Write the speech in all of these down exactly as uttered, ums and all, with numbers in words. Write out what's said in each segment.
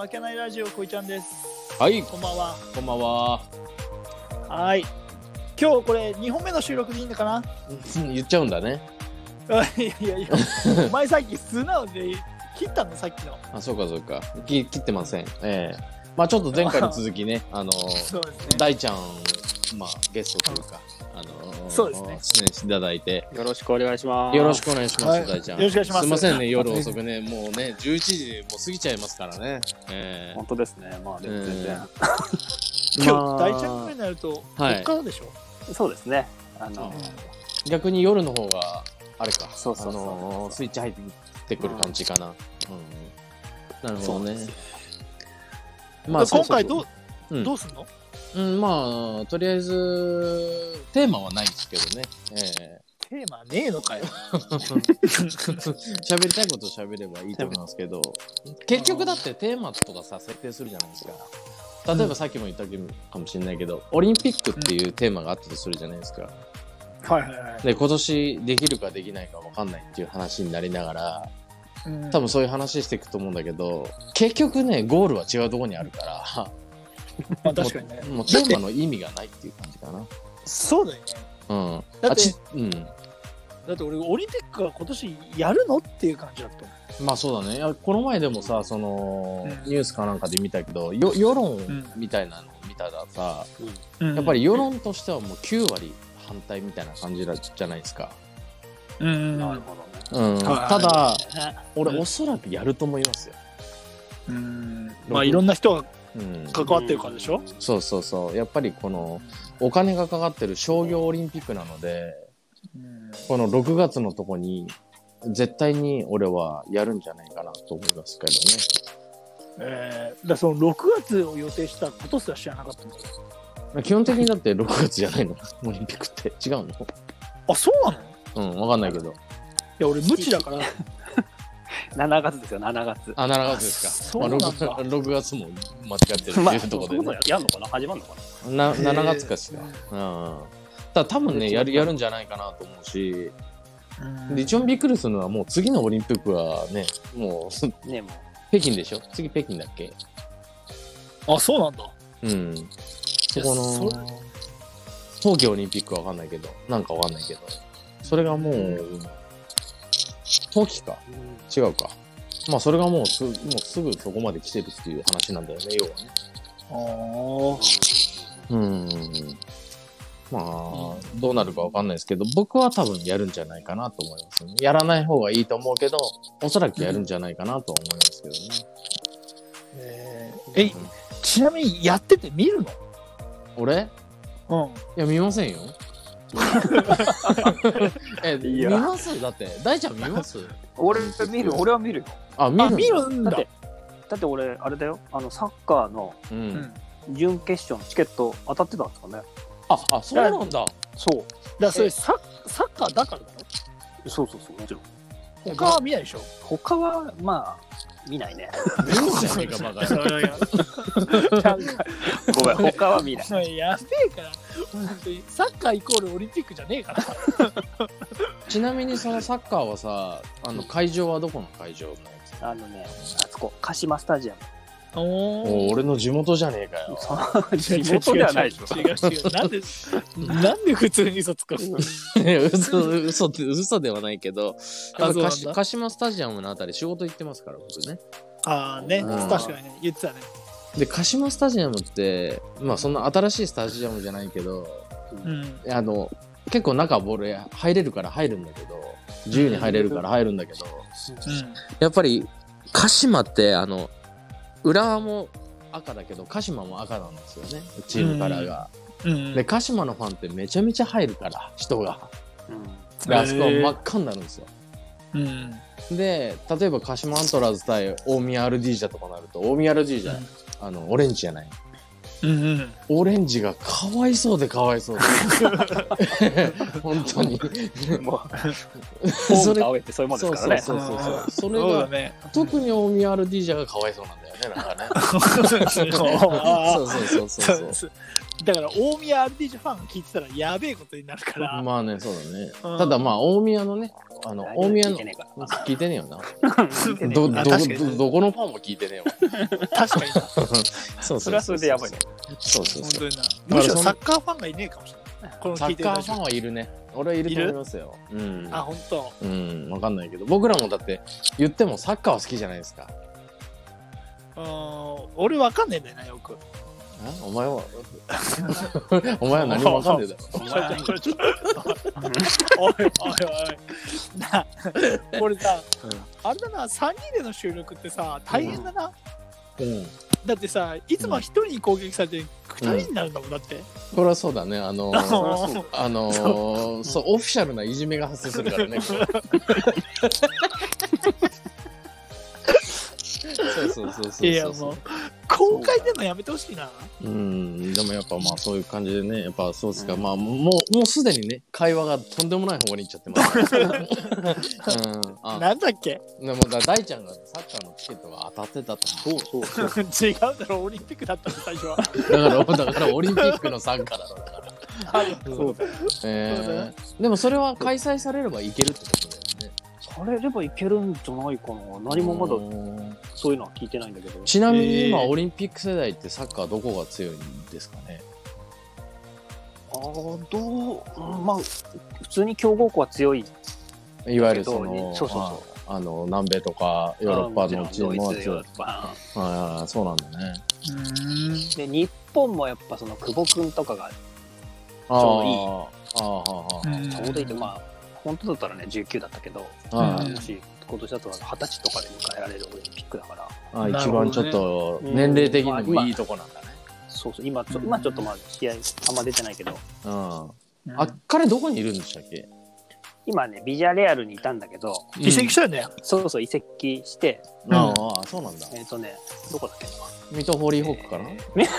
負けないラジオこいちゃんです。 はい、 こんばんは。 こんばんは。 はい。今日これにほんめの収録でいいのかな？ 言っちゃうんだね。 いやいやいや、お前さっき素直で切ったのさっきの。 あ、そうかそうか。き切ってません。ええー、まあちょっと前回に続きね、あのそうですね。 大ちゃんまあゲストというか、あのそうですね。 出演していただいてよろしくお願いします。 よろしくお願いします、はい、大ちゃん。 よろしくお願いします。 すいませんね、夜遅くね、もうねじゅういちじもう過ぎちゃいますからね。 えー、本当ですね。まあでも全然。 今日大ちゃんくらいになるとこっからでしょ。 はい、そうですね。あのー、逆に夜の方があれか。 そうそうそう、 あのー、スイッチ入ってくる感じかな。うん、なるほどね。 まあ今回どう、うん、どうすんの？ うん、まあとりあえずテーマはないですけどね。えー、テーマねえのかよ。 喋りたいことを喋ればいいと思いますけど、結局だってテーマとかさ設定するじゃないですか。例えばさっきも言ったかもしれないけど、オリンピックっていうテーマがあったとするじゃないですか。 はいはいはい。 で今年できるかできないか分かんないっていう話になりながら、うん、多分そういう話していくと思うんだけど、結局ねゴールは違うところにあるから。 まあ確かにね。 もうテーマの意味がないっていう感じかな。 そうだよね。 うん。 だって、うん、だって俺オリンピックは今年やるのっていう感じだった。 まあそうだね。この前でもさ、その、うん、ニュースかなんかで見たけど、よ世論みたいなのを見たらさ、うん、やっぱり世論としてはもうきゅうわり反対みたいな感じじゃないですか。 うん。 なるほどね。 うん。ただ、俺おそらくやると思いますよ。 うん。まあいろんな人が関わってるからでしょ、うん、 そうそうそう。やっぱりこのお金がかかってる商業オリンピックなので、うん、このろくがつのとこに絶対に俺はやるんじゃないかなと思いますけどね。えー、だそのろくがつを予定したことすら知らなかったんですよ。基本的にだってろくがつじゃないのオリンピックって違うの？ あ、そうなの？うん、わかんないけど。いや俺無知だからしちがつですよ、しちがつ。 あ、しちがつですか。 そうなんだ。 まあ、ろくがつも間違ってるっていうところで、ね。 まあ、やんのかな、始まるのかな。な、しちがつかしら。うん。ただ多分ね、やる、やるんじゃないかなと思うし、で一番びっくりするのはもう次のオリンピックはね、もう、ね、もう北京でしょ？次北京だっけ？ あ、そうなんだ。 うん。そこの、冬季オリンピックはわかんないけど、なんかわかんないけど、それがもう、冬季か、違うか。まあそれがもうす、もうすぐそこまで来てるっていう話なんだよね、要はね。ああ。うん。まあ、どうなるかわかんないですけど、僕は多分やるんじゃないかなと思いますね。やらない方がいいと思うけど、おそらくやるんじゃないかなと思いますけどね。 えー、え、うん、ちなみにやってて見るの？ 俺？うん。いや、見ませんよ。え、見ますだって。大ちゃん見ます？ 俺見る、俺は見るよ。 あ、見る見るんだ。 だって、だって俺、あれだよ。あの、サッカーの準決勝のチケット当たってたんですかね。 あ、あ、そうなんだ。 そう。 だからそれサッ、サッカーだからだろ？ そうそうそう、もちろん。 他は見ないでしょ？ 他は、まあ、見ないね。 見るじゃねえか、バカ。 ごめん、他は見ない。 やべえから、本当にサッカーイコールオリンピックじゃねえから。 ちなみにそのサッカーはさ、あの会場はどこの会場のやつ？ あのね、あそこ、鹿島スタジアム。 おお、俺の地元じゃねえかよ。 地元ではないでしょ。 違う違う。なんで、なんで普通に嘘つくの？ 嘘、嘘って、嘘ではないけど、やっぱ鹿島スタジアムのあたり仕事行ってますから、僕ね。 ああね、確かにね、言ってたね。 で、鹿島スタジアムって、まあそんな新しいスタジアムじゃないけど、うん、あの、結構中ボール入れるから入るんだけど、自由に入れるから入るんだけど、うん、やっぱり鹿島ってあの、浦和も赤だけど鹿島も赤なんですよね、チームカラーが、うんうん、で鹿島のファンってめちゃめちゃ入るから人が、うん、であそこは真っ赤になるんですよ、うん、で例えば鹿島アントラーズ対大宮アルディージャとかなると大宮アルディージャ、うん、あのオレンジじゃない、うんうん、オレンジがかわいそうでかわいそうで本当にもうそれ青いってそういうもんですからね。 そうそうそうそうそれが、ね、特に大宮アルディージャがかわいそうなんだよね、なんかねそうそうそうそうだから大宮アルディージャファン聞いてたらやべえことになるから。 まあね、そうだね、うん、ただまあ大宮のねあの大宮の聞いてねえから聞いてねえよな。 聞いてねえどどあ確かにどどこのファンも聞いてねえよ。 確かにな。 そうそれはそれでやばいね。 そうそうそう。 本当にな。むしろサッカーファンがいねえかもしれない。このサ聞いてるラジオッカーファンはいるね。俺はいると思いますよ。うん。 あ、本当。 うん、わかんないけど、僕らもだって言ってもサッカーは好きじゃないですか。 うーん、俺わかんねえんだよな、よく。 お前はお前は何もわかんねえだろ。 お前ちょちょちょおいおいおい。な、これさ、あれだな、さんにんでの収録ってさ、大変だな。 うん。 だってさ、いつもひとりに攻撃されてふたりになるんだもん、だって。 これはそうだね。あのー、 そうあのー、そう、オフィシャルないじめが発生するからね。そうそうそうそう。 いや、もう、公開でのやめてほしいな。 うん、でもやっぱまあそういう感じでね、やっぱそうですか、うん、まあもう、もうすでにね、会話がとんでもない方向に行っちゃってますから。うん、あなんだっけでもだ大ちゃんがサッカーのチケットが当たってたと。 そうそうそう。 違うだろ、オリンピックだったの、最初は。 だから、だからオリンピックのサッカーだろ、だから。 そうだよ。 えー、でもそれは開催されればいけるってことだよね。 されればいけるんじゃないかな。何もまだそういうのは聞いてないんだけど。 ちなみに今、えー、オリンピック世代ってサッカーどこが強いんですかね。 ああ、どう、まあ普通に強豪校は強い。 いわゆるその、 そうそうそう。 あの南米とかヨーロッパのチームは強い。 ああ、そうなんだね。 うんで日本もやっぱその久保君とかがちょうどいい。 ああ、 ちょうどいいってまあ。本当だったらねじゅうきゅうだったけど、 はい、 もし今年だとはたちとかで迎えられるオリンピックだから、 あ、一番ちょっと年齢的にもいいとこなんだね。 そうそう、今ちょ、今ちょっとまあ試合あんま出てないけど、 うん、あ、彼どこにいるんでしたっけ？ 今ねビジャレアルにいたんだけど、 移籍したよね。 そうそう移籍して、 ああ、そうなんだ。 えっとねどこだっけな。 水戸ホーリーホークかな。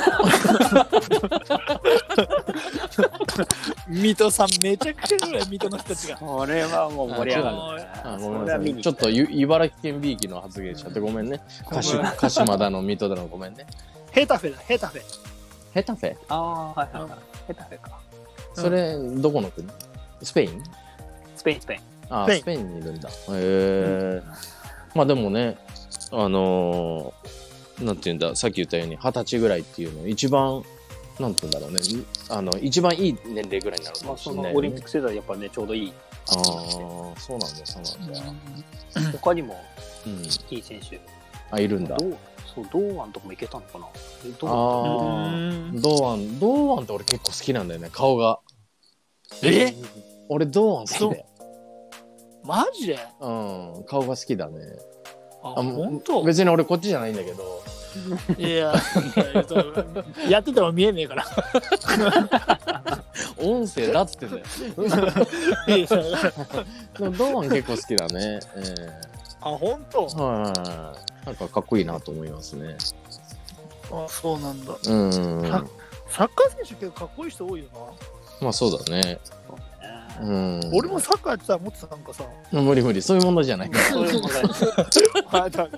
水戸さんめちゃくちゃぐらい水戸の人たちが。 これはもう盛り上がる、ね。 あ、ごめんなさい。ちょっと茨城県びいきの発言しちゃってごめんね。鹿島だの水戸だのごめんね。 ヘタフェだヘタフェ。 ヘタフェ。 ああはいはいはい。ヘタフェか。 それどこの国？スペイン？ スペインスペイン。 あ、スペインにいるんだ。へえ。まあでもね、あのー。なんていうんだ、さっき言ったように二十歳ぐらいっていうの一番なんていうんだろうね、あの一番いい年齢ぐらいになるかもしれない、ね。まあ、そのオリンピック世代やっぱねちょうどいい。 ああ、そうなんだそうなんだ。 他にもいい選手、 うん、あいるんだ。 どうそう堂安とかもいけたのかな。 ああ、堂安堂安って俺結構好きなんだよね顔が。 え？ 俺堂安好きだよ。 マジで？ うん、顔が好きだね。 あ、本当？ 別に俺こっちじゃないんだけど。 いや、やってても見えねえから。 音声だっつってんだよ。でも堂安結構好きだね。えー、 あ、本当？ はい、なんかかっこいいなと思いますね。 あ、そうなんだ。 うん。 サッカー選手結構かっこいい人多いよな。 まあそうだね。うん、 俺もサッカーやってたらもっとなんかさ無理無理そういう問題じゃないからそういう問題なんでだよ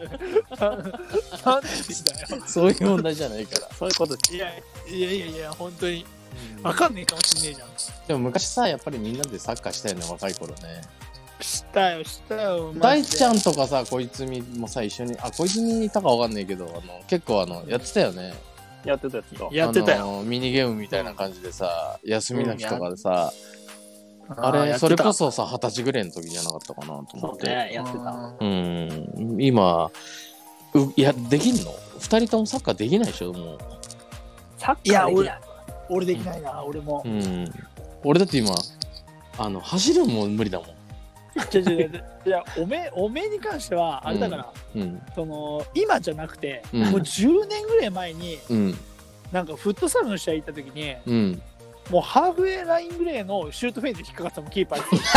そういう問題じゃないからそういうこといやいやいやいや本当に分かんねえかもしんねえじゃん。 でも昔さやっぱりみんなでサッカーしたよね若い頃ね。 したよしたよ。 大ちゃんとかさこいつみもさ一緒にあこいつみいたかわかんないけどあの結構あのやってたよね。 やってたやつだやってたよ。 ミニゲームみたいな感じでさ、うん、休みの日とかでさ、うん、あれあそれこそさ二十歳ぐらいの時じゃなかったかなと思って。 そうねやってた。 うん今ういやできんの？二人ともサッカーできないでしょもう。 サッカーできない。 いや俺俺できないな、うん、俺も。 うん。俺だって今あの走るも無理だもん。 違う違ういやおめおめに関してはあれだから、 うんうん、 その今じゃなくて、 うん、 もうじゅうねんぐらい前に、 うん、 なんかフットサルの試合行った時に、 うん、 もうハーフウェイラインぐらいのシュートフェイント引っかかったもんキーパーに。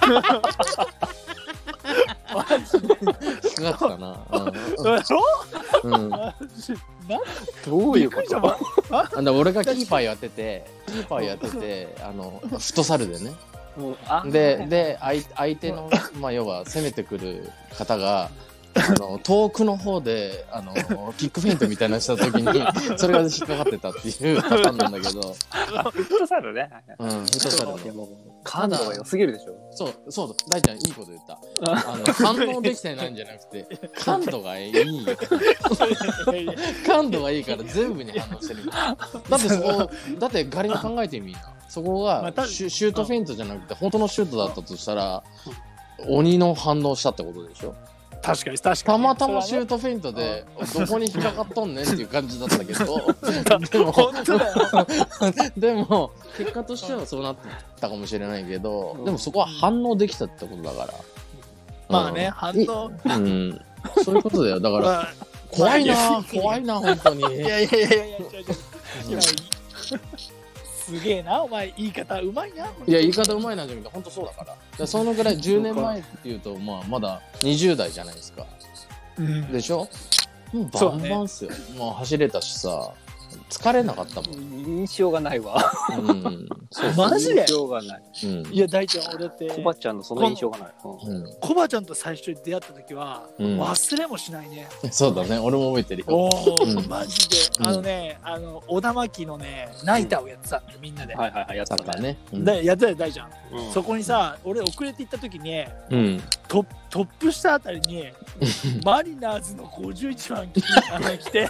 マジで引っかかったな。 うん、マジどういうことあんだ俺がキーパーやっててキーパーやっててあのフットサルでね。でで相, 相手の、まあ、要は攻めてくる方があの遠くの方であのキックフェイントみたいなのした時にそれが引っかかってたっていうパターンなんだけどフットサルね。 うんフットサルのいやもう感度が良すぎるでしょ。 そうそうだ大ちゃんいいこと言ったあの反応できてないんじゃなくて感度がいいよ感度がいいから全部に反応してるだってそこだって仮に考えてみんなそこがまたシュ、シュートフェイントじゃなくて本当のシュートだったとしたら鬼の反応したってことでしょ。 確かに確かにたまたまシュートフェイントでどこに引っかかっとんねんっていう感じだったけどでも本当だよでも結果としてはそうなってたかもしれないけど、でもそこは反応できたってことだから、 まあね、反応うん、そういうことだよ。だから、 まあ、 怖いな、 まあ怖いな、本当に。 いやいやいやいやいやいやいやすげえな、お前言い方うまいな。 いや言い方うまいなじゃなくて本当そうだから。でそのぐらいじゅうねんまえっていうとまあまだにじゅう代じゃないですか。 うん、 でしょ？もうバンバンっすよ。もう走れたしさ、疲れなかったもん。 印象がないわ。 うん。そうそうマジで？ 印象がない。 うん、 いや大ちゃん俺だってコバちゃんのその印象がない。 うん、 コバちゃんと最初に出会った時は、 うん、 忘れもしないね。 そうだね、俺も覚えてるよ。 おお、 うん、 マジで、あのね、あの小田巻のねナイターをやってたんだよみんなで。 はいはいはい、やったね。 でやってたよ大ちゃん、 うん。そこにさ、俺遅れて行った時に、 うん、 ト, トップ下あたりにマリナーズのごじゅういちばん来て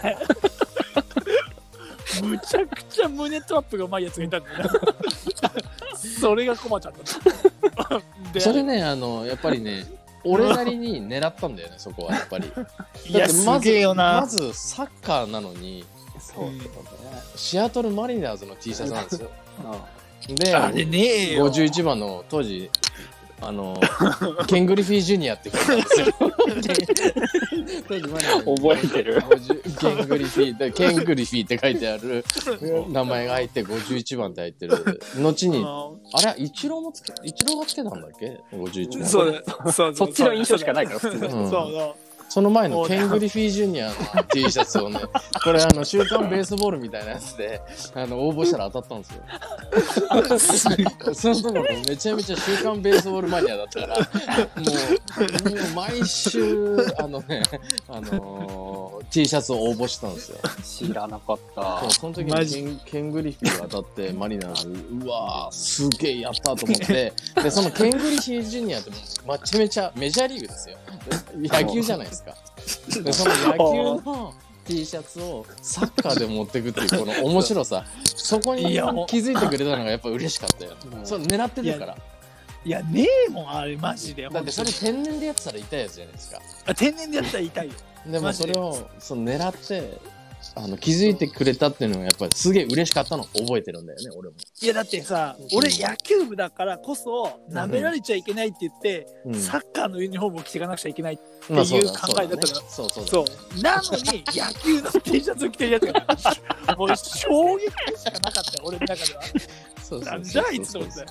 むちゃくちゃ胸トラップがうまいやつがいたんだよねそれがコバちゃんだったそれね、あのやっぱりね俺なりに狙ったんだよねそこはやっぱりいやすげえよな。 まずサッカーなのにそう、うん、 シアトルマリナーズの T シャツなんですよであれねえよごじゅういちばんの当時あのケン・グリフィージュニアって書いてあるんですよ覚えてるケン・グリフィーケン・グリフィーって書いてある名前が入ってごじゅういちばんって入ってる後にあれイチローもつけイチローがつけたんだっけごじゅういちばん。 そうそうそっちの印象しかないから普通そうそうその前のケン・グリフィージュニアの T シャツをね、これあの週刊ベースボールみたいなやつであの応募したら当たったんですよ。そのところめちゃめちゃ週刊ベースボールマニアだったから、もう、もう毎週あのね、あのー、T シャツを応募したんですよ。 知らなかった。 そうその時にケン、ケン・グリフィーが当たってマリナーズ、うわーすげえやったと思って、でそのケン・グリフィージュニアってめちゃめちゃメジャーリーグですよ。野球じゃないですか。でその野球の T シャツをサッカーで持っていくっていうこの面白さ、そこに気づいてくれたのがやっぱ嬉しかったよ。それ狙ってるから。 いやねえもんあれマジで。 だってそれ天然でやってたら痛いやつじゃないですか。 あ天然でやったら痛いよ。 でもそれをその狙ってあの気づいてくれたっていうのがやっぱりすげえ嬉しかったのを覚えてるんだよね俺も。 いやだってさ、うん、俺野球部だからこそ舐められちゃいけないって言って、うん、サッカーのユニフォームを着ていかなくちゃいけないっていう考えだったから、 そうそうそうなのに野球の T シャツを着てるやつがもう衝撃しかなかったよ俺の中では。 そうそうそうそうなんじゃあいつと思って。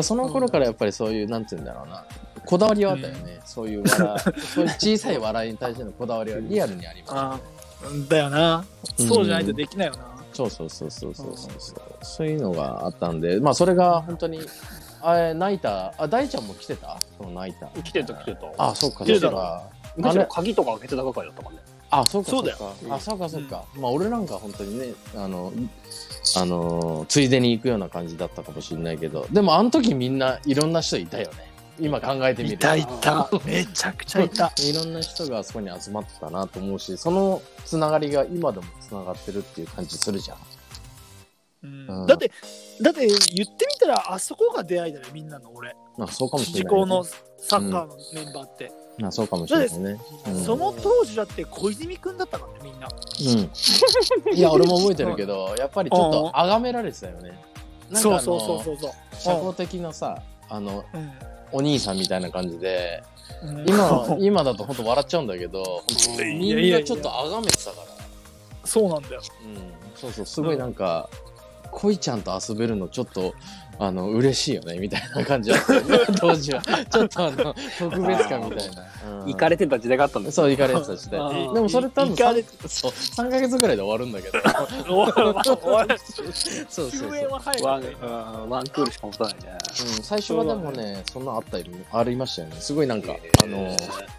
その頃からやっぱりそういうなんていうんだろうなこだわりはあったよね、うん、そういう笑そういう小さい笑いに対してのこだわりはリアルにありますね。 だよな、そうじゃないとできないよな、 うん、そうそうそうそうそうそうそうそういうのがあったんで、まあそれが本当にあれナイターあ大ちゃんも来てたそのナイター来てた来てた。 あそうかそうか昔は鍵とか開けてた係だったもんね。 あそうかそうだよ。 あそうかそうか、うん、まあ俺なんか本当にねあのあのついでに行くような感じだったかもしれないけど、でもあの時みんないろんな人いたよね今考えてみると。 いたいためちゃくちゃいたいろんな人があそこに集まってたなと思うし、そのつながりが今でもつながってるっていう感じするじゃん、 うんうん、だってだって言ってみたらあそこが出会いだよみんなの俺。 あそうかもしれない、ね、 時効のサッカーのメンバーって、 うん、あそうかもしれないね、 うん、その当時だって小泉くんだったからねみんな。 うんいや俺も覚えてるけどやっぱりちょっと崇められてたよね。なんかあのそうそうそうそう社交的なさあの、 うんお兄さんみたいな感じで、うん、今今だと本当笑っちゃうんだけどみんなちょっと崇めてたから。 そうなんだよ、 うん、そうそうすごいなんか、うん、恋ちゃんと遊べるのちょっとあの嬉しいよねみたいな感じだったよね当時はちょっとあの特別感みたいな行かれてた時代があったんです。 そう行かれてた時代でもそれ多分さんそうさんかげつぐらいで終わるんだけど終わる終わるそうそうそう終焉は早い、 ワン、ワンクールしか持たないね、 うん、最初はでもねそんなあったりありましたよねすごいなんかあの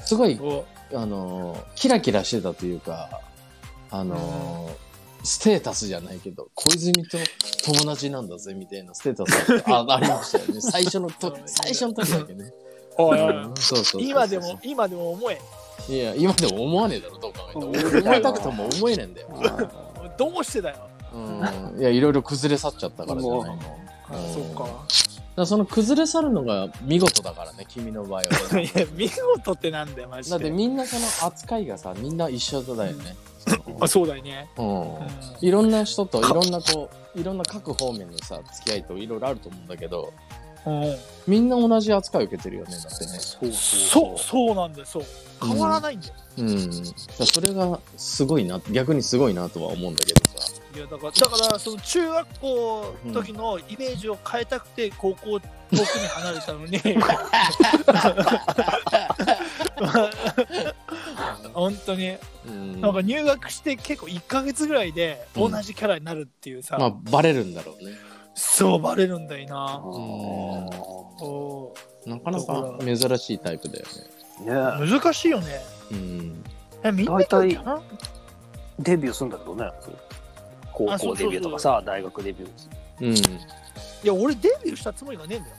すごいあのキラキラしてたというか、あのステータスじゃないけど小泉と友達なんだぜみたいなステータスが あ, ありましたよね。最初のと最初の時だけね。 おいおい、 うん、そうそうそうそう、 今でも今でも思え。 いや今でも思わねえだろどう考えても。思いたくても思えねえんだよ。 どうしてだよ。 うん、いやいろいろ崩れ去っちゃったからじゃないの。 あ、そっか。 だからその崩れ去るのが見事だからね、君の場合は。 いや見事ってなんだよマジで。 だってみんなその扱いがさ、みんな一緒だよね。 あ、そうだよね。 うん、 うん、 いろんな人といろんなこういろんな各方面のさ付き合いといろいろあると思うんだけど、 うん、 みんな同じ扱いを受けてるよね。だってね。 そうそうそうなんだよ。そう変わらないんだよ。 うん、うん、それがすごいな、逆にすごいなとは思うんだけどさ。 いやだからだからその中学校の時のイメージを変えたくて高校遠くに離れたのに本当に、うん、なんか入学して結構いっかげつぐらいで同じキャラになるっていうさ、 うん、まあバレるんだろうね。 そうバレるんだよな。 うん、なかなか珍しいタイプだよね。 ね、難しいよね。 うん、 えみんな大体デビューするんだけどね。高校デビューとかさ、大学デビュー。 うん。いや俺デビューしたつもりがねえんだよ。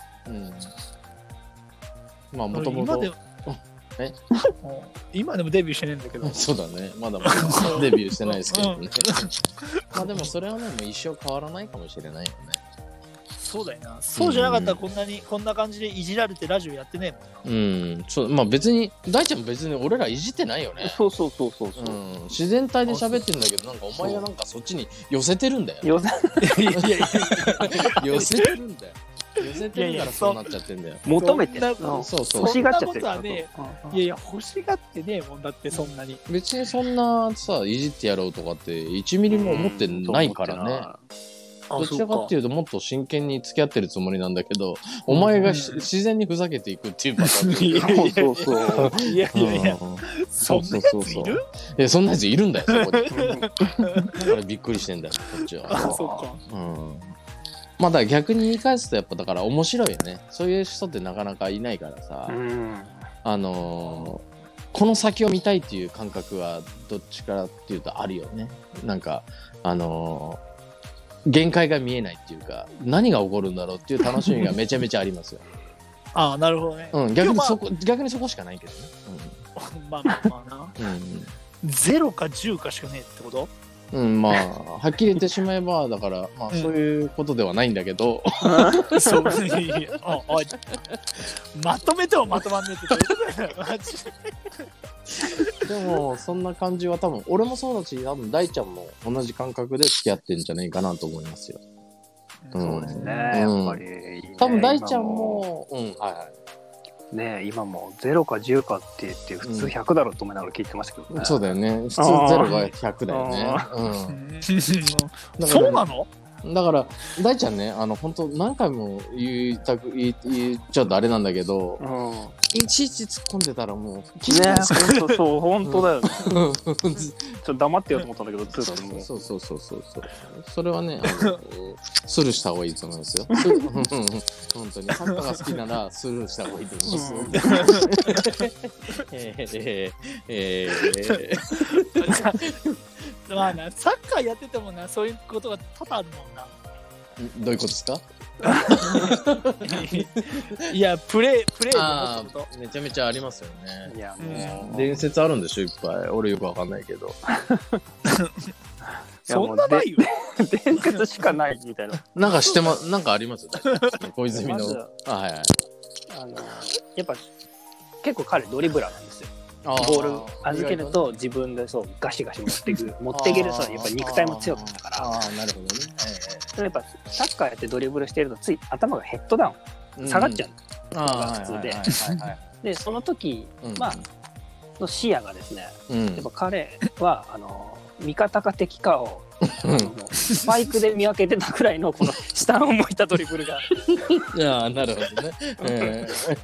うん。まあもともと。 今でえ今でもデビューしてねえんだけど。 そうだね。まだまだデビューしてないですけどね。まあでもそれはねもう一生変わらないかもしれないよね。 そうだよな。そうじゃなかったらこんなに、うん、こんな感じでいじられてラジオやってねえもんな。うん。そう、まあ別に大ちゃんも別に俺らいじってないよね。 そうそうそうそうそう、 うん、自然体で喋ってるんだけど、なんかお前がなんかそっちに寄せてるんだよ。 寄せいやいやいや寄せてるんだよ。寄せてるからそうなっちゃってんだよ。 求めてる。 そうそうそう。 欲しがっちゃってる。 ね、いやいや欲しがってねえもんだってそんなに。 別にそんなさいじってやろうとかっていちミリも思ってないからね。どちらかっていうともっと真剣に付き合ってるつもりなんだけど、お前が自然にふざけていくっていうパターン。 そうそうそう。いやいやいや、そんなやついる？ いやそんなやついるんだよそこで。だからびっくりしてんだよこっちは。 あ、そっか。 うん。まあだから逆に言い返すとやっぱだから面白いよね。そういう人ってなかなかいないからさ。うん、あのー、この先を見たいっていう感覚はどっちからっていうとあるよね。なんかあのー。限界が見えないっていうか何が起こるんだろうっていう楽しみがめちゃめちゃありますよ。 ああなるほどね。 うん、逆にそこ、まあ、逆にそこしかないけどね。 うん、まあまあまあな。うん、ゼロかじゅうかしかねえってこと？ うん、まあはっきり言ってしまえばだからまあそういうことではないんだけど。 うん、そういやおいまとめてもまとまんねえってどういうことだよマジで。 でもそんな感じは多分俺もそうだし多分大ちゃんも同じ感覚で付き合ってんじゃないかなと思いますよ。 うん、そうですね、うん、やっぱり、ね、 多分大ちゃんもうんはいはいね今もゼロかじゅうかって言って普通ひゃくだろうと思いながら聞いてましたけどね、 うん、そうだよね普通ゼロがひゃくだよね、うん、 そうなの？ だから大ちゃんねあの本当何回も言いたく 言, 言っちゃうとあれなんだけど、うん、いちいち突っ込んでたらもう聞いてないですか？そうそう本当だよね。ちょっと黙ってよと思ったんだけどツーだもそうそうそうそうそうそれはねあのスルーした方がいいと思いますよ。本当にサッカーが好きならスルーした方がいいと思いますよ。えー、えー、えーまあな、サッカーやっててもな、そういうことが多々あるもんな。 どういうことですか？ いや、プレー、プレーで思ったこと。 めちゃめちゃありますよね。 いや、もう。 伝説あるんでしょ、いっぱい。俺よくわかんないけど。 そんなないよ。 伝説しかないみたいな。 なんかしてま、なんかありますよね。小泉の。あ、はいはい。 あの、やっぱ、結構彼ドリブラーなんですよ。ボール預けると自分でそうガシガシ持っていく持っていけるそうやっぱ肉体も強かったから。 ああなるほどね。 えー、やっぱサッカーやってドリブルしてるとつい頭がヘッドダウン下がっちゃうのが普通で、でその時、うん、まあの視野がですね、うん、やっぱ彼はあの味方か敵かをスパイクで見分けてたくらいのこの下を向いたドリブルがいやなるほどね、え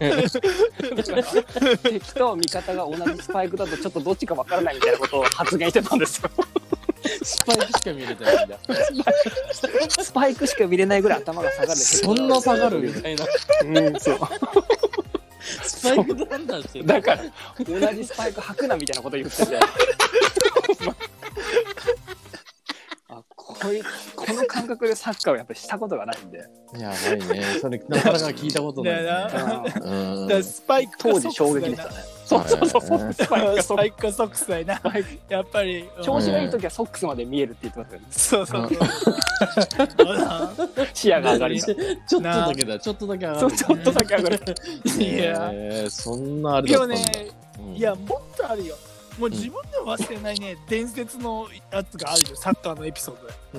ー、敵と味方が同じスパイクだとちょっとどっちかわからないみたいなことを発言してたんですよ。 スパイクしか見れてないんだ。 スパイクしか見れないぐらい頭が下がる。 そんな下がるみたいな。 うん、そう。 スパイクで判断してる。 だから同じスパイク履くなみたいなこと言っててあこいこの感覚でサッカーをやっぱりしたことがないんで。 やばいね。それなかなか聞いたことない、ね。 だようんだからスパイク当時衝撃でしたね。 そうそうそうそう。 スパイクがスパイクかソックスだよな。やっぱり調子がいい時はソックスまで見えるって言ってますよね。 そうそうそう。 視野が上がる。 ちょっとだけだ。ちょっとだけ上がる。 そうちょっとだけ上がる。 いや、 えー、そんなあれだったんだ。 でもね、 うん、 いやもっとあるよ。もう自分でも忘れないね、伝説のやつがあるよ、サッカーのエピソードで。 うん。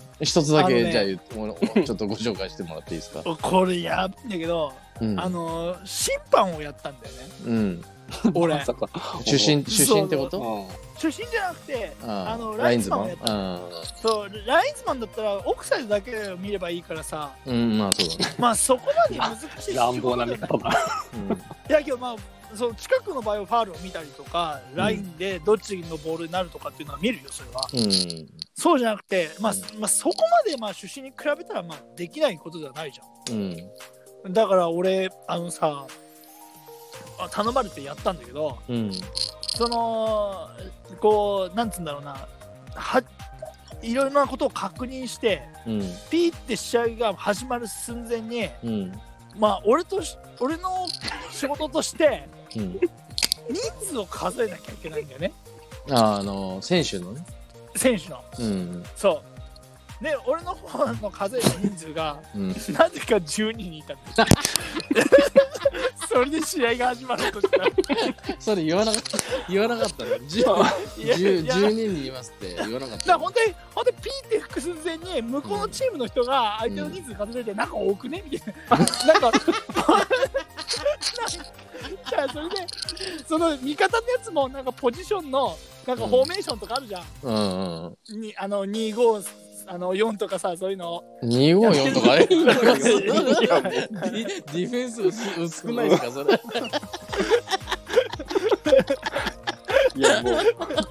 一つだけ、 ね、 じゃあ言ってちょっとご紹介してもらっていいですか。 これやばいんだけど、うん、あの審判をやったんだよね。 うん。 俺。 ま、出身出身ってこと？ 出身じゃなくて、あのラインズマンをやった。そうラインズマンだったらオフサイドだけを見ればいいからさ。 うん、まあそうだね。 まあそこまで難しい。 乱暴な見方だ。 いやけどまあ。その近くの場合はファールを見たりとか、うん、ラインでどっちのボールになるとかっていうのは見るよそれは、うん、そうじゃなくて、まあ、うん、まあそこまでまあ出身に比べたらまあできないことではないじゃん、うん、だから俺あのさ頼まれてやったんだけど、うん、そのこうなんつうんだろうなはいろいろなことを確認して、うん、ピーって試合が始まる寸前に、うん、まあ俺と俺の仕事としてうん、人数を数えなきゃいけないんだよね。 あ、あの選手のね。 選手の。うん、そう。で、俺の方の数えた人数が、うん、なぜかじゅうにんいたんだよ。それで試合が始まるとしたら。 それ言わなかった。言わなかったの。じゅうにんにいますって言わなかった。だから本当に本当にピーって吹く寸前に向こうのチームの人が相手の人数数えて、うん、なんか多くねみたいな。なんか。それでその味方のやつもなんかポジションのなんかフォーメーションとかあるじゃん、うんうん、にあのにごあのよんとかさそういうのにごよんとかあれディフェンス 薄, 薄くないですかそれいやもう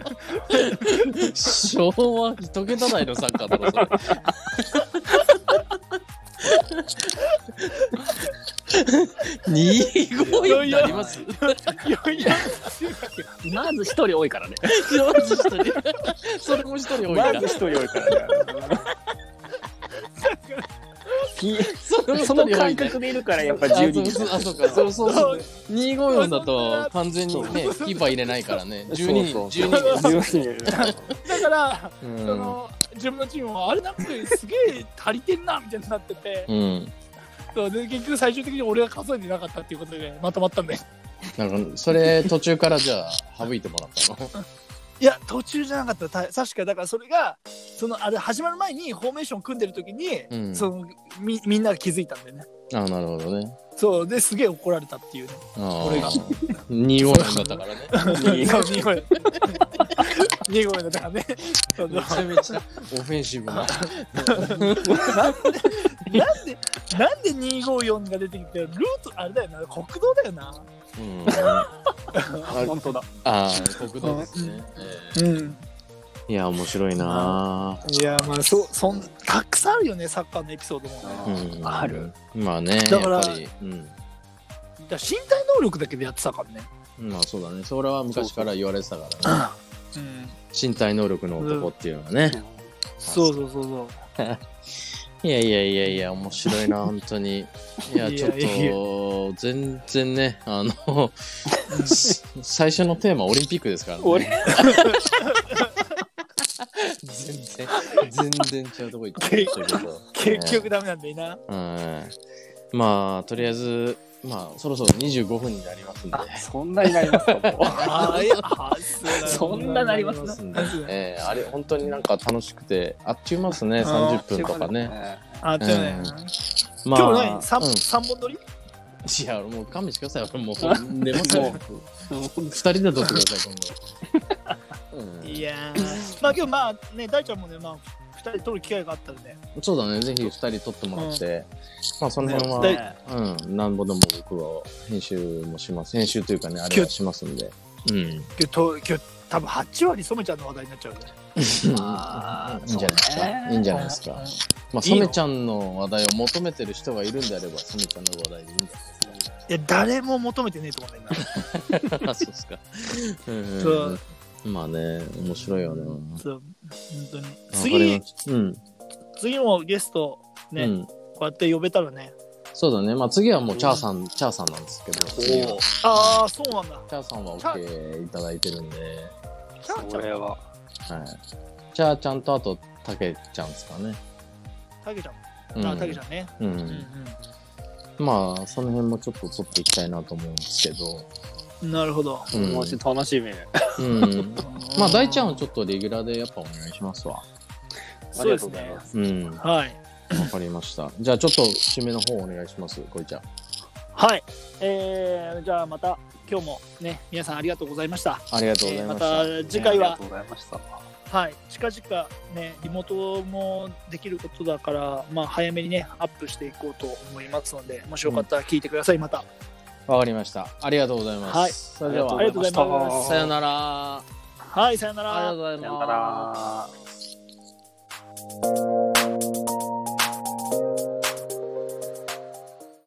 昭和一桁台のサッカーだろそれにごよんってあります？ まず一人多いからね。 まず一人。それも一人多いから。 まず一人多いからね。その感覚でいるからやっぱじゅうにん。 あ、そうか。そうそうそう。にごよんだと完全にねキーパー入れないからね。じゅうにん。じゅうにん。 だからその自分のチームはあれなんかすげえ足りてんなみたいになってて。うん。そうで結局最終的に俺が数えてなかったっていうことでまとまったんでなんかそれ途中からじゃあ省いてもらったのいや途中じゃなかったた確かだからそれがそのあれ始まる前にフォーメーション組んでる時に、うん、その み, みんなが気づいたんだよね。 ああなるほどね。 そうですげえ怒られたっていうね。俺がにごよんだったからね。 にごよんにごよんだったからね。 めちゃめちゃオフェンシブな。なんでなんでにごよんが出てきてルートあれだよな国道だよな。うん、本当だ。 ああ国道ですね。うん。えーうんいや面白いな。 いやまあそそんたくさんあるよねサッカーのエピソードも、 ねうん、ある。まあねだから、うん、だから身体能力だけでやってたからね。 まあそうだねそれは昔から言われてたからね。うん、身体能力の男っていうのはね。うん、 そうそうそうそう。 いやいやいやいや面白いな本当に。いやちょっと全然ねあの最初のテーマオリンピックですからね。全然全然違うとこ行ってたけど結局ダメなんだよな。 うん、まあとりあえずまあそろそろにじゅうごふんになりますんで。 そんなになりますかもう。 あそんななりますね。 えー、あれ本当になんか楽しくてあっちゅうますねさんじゅっぷんとかね。 あっちゅうね。まあ今日何三三本撮り？ いやもう勘弁してください。もう寝ますよ。二人で撮ってください今度。 いやまあ今日まあね大ちゃんもねまあふたり撮る機会があったのでそうだねぜひふたり撮ってもらって、うん、まあその辺は、ね、うん何ぼでも僕は編集もします編集というかねあれはしますんでうん今日と今日多分はちわり染ちゃんの話題になっちゃうねあいいんじゃないですかいいんじゃないですかまあ染ちゃんの話題を求めてる人がいるんであれば染ちゃんの話題でいいんじゃないですかいや誰も求めてねえと思うんだよな。 そうっすか。うんそうまあね面白いよな。 そう本当に次、 うん、 次もゲストね、うん、こうやって呼べたらね。 そうだね。まあ次はもうチャーさん、うん、チャーさんなんですけど。 おああそうなんだ。 チャーさんは OK いただいてるんで。 チャーちゃんは。はい。 チャーちゃんとあとタケちゃんですかね。 タケちゃん。あ、タケちゃんね。うん。うんうんまあその辺もちょっと取っていきたいなと思うんですけど。 なるほど。 うん、もし楽しみ。 うん。まあ大ちゃんはちょっとレギュラーでやっぱお願いしますわ。 そうですね。 うん。 はい。 わかりました。じゃあちょっと締めの方お願いします。こいちゃん。 はい。えー、じゃあまた今日もね皆さんありがとうございました。 ありがとうございました。 えー、また次回は、 ありがとうございました。 はい、近々ねリモートもできることだから、まあ早めにねアップしていこうと思いますので、もしよかったら聞いてください、うん、また。 わかりました。ありがとうございます。 はい。 それではありがとうございます。 さよなら。 はい、さよなら。 ありがとうございます。 さよなら。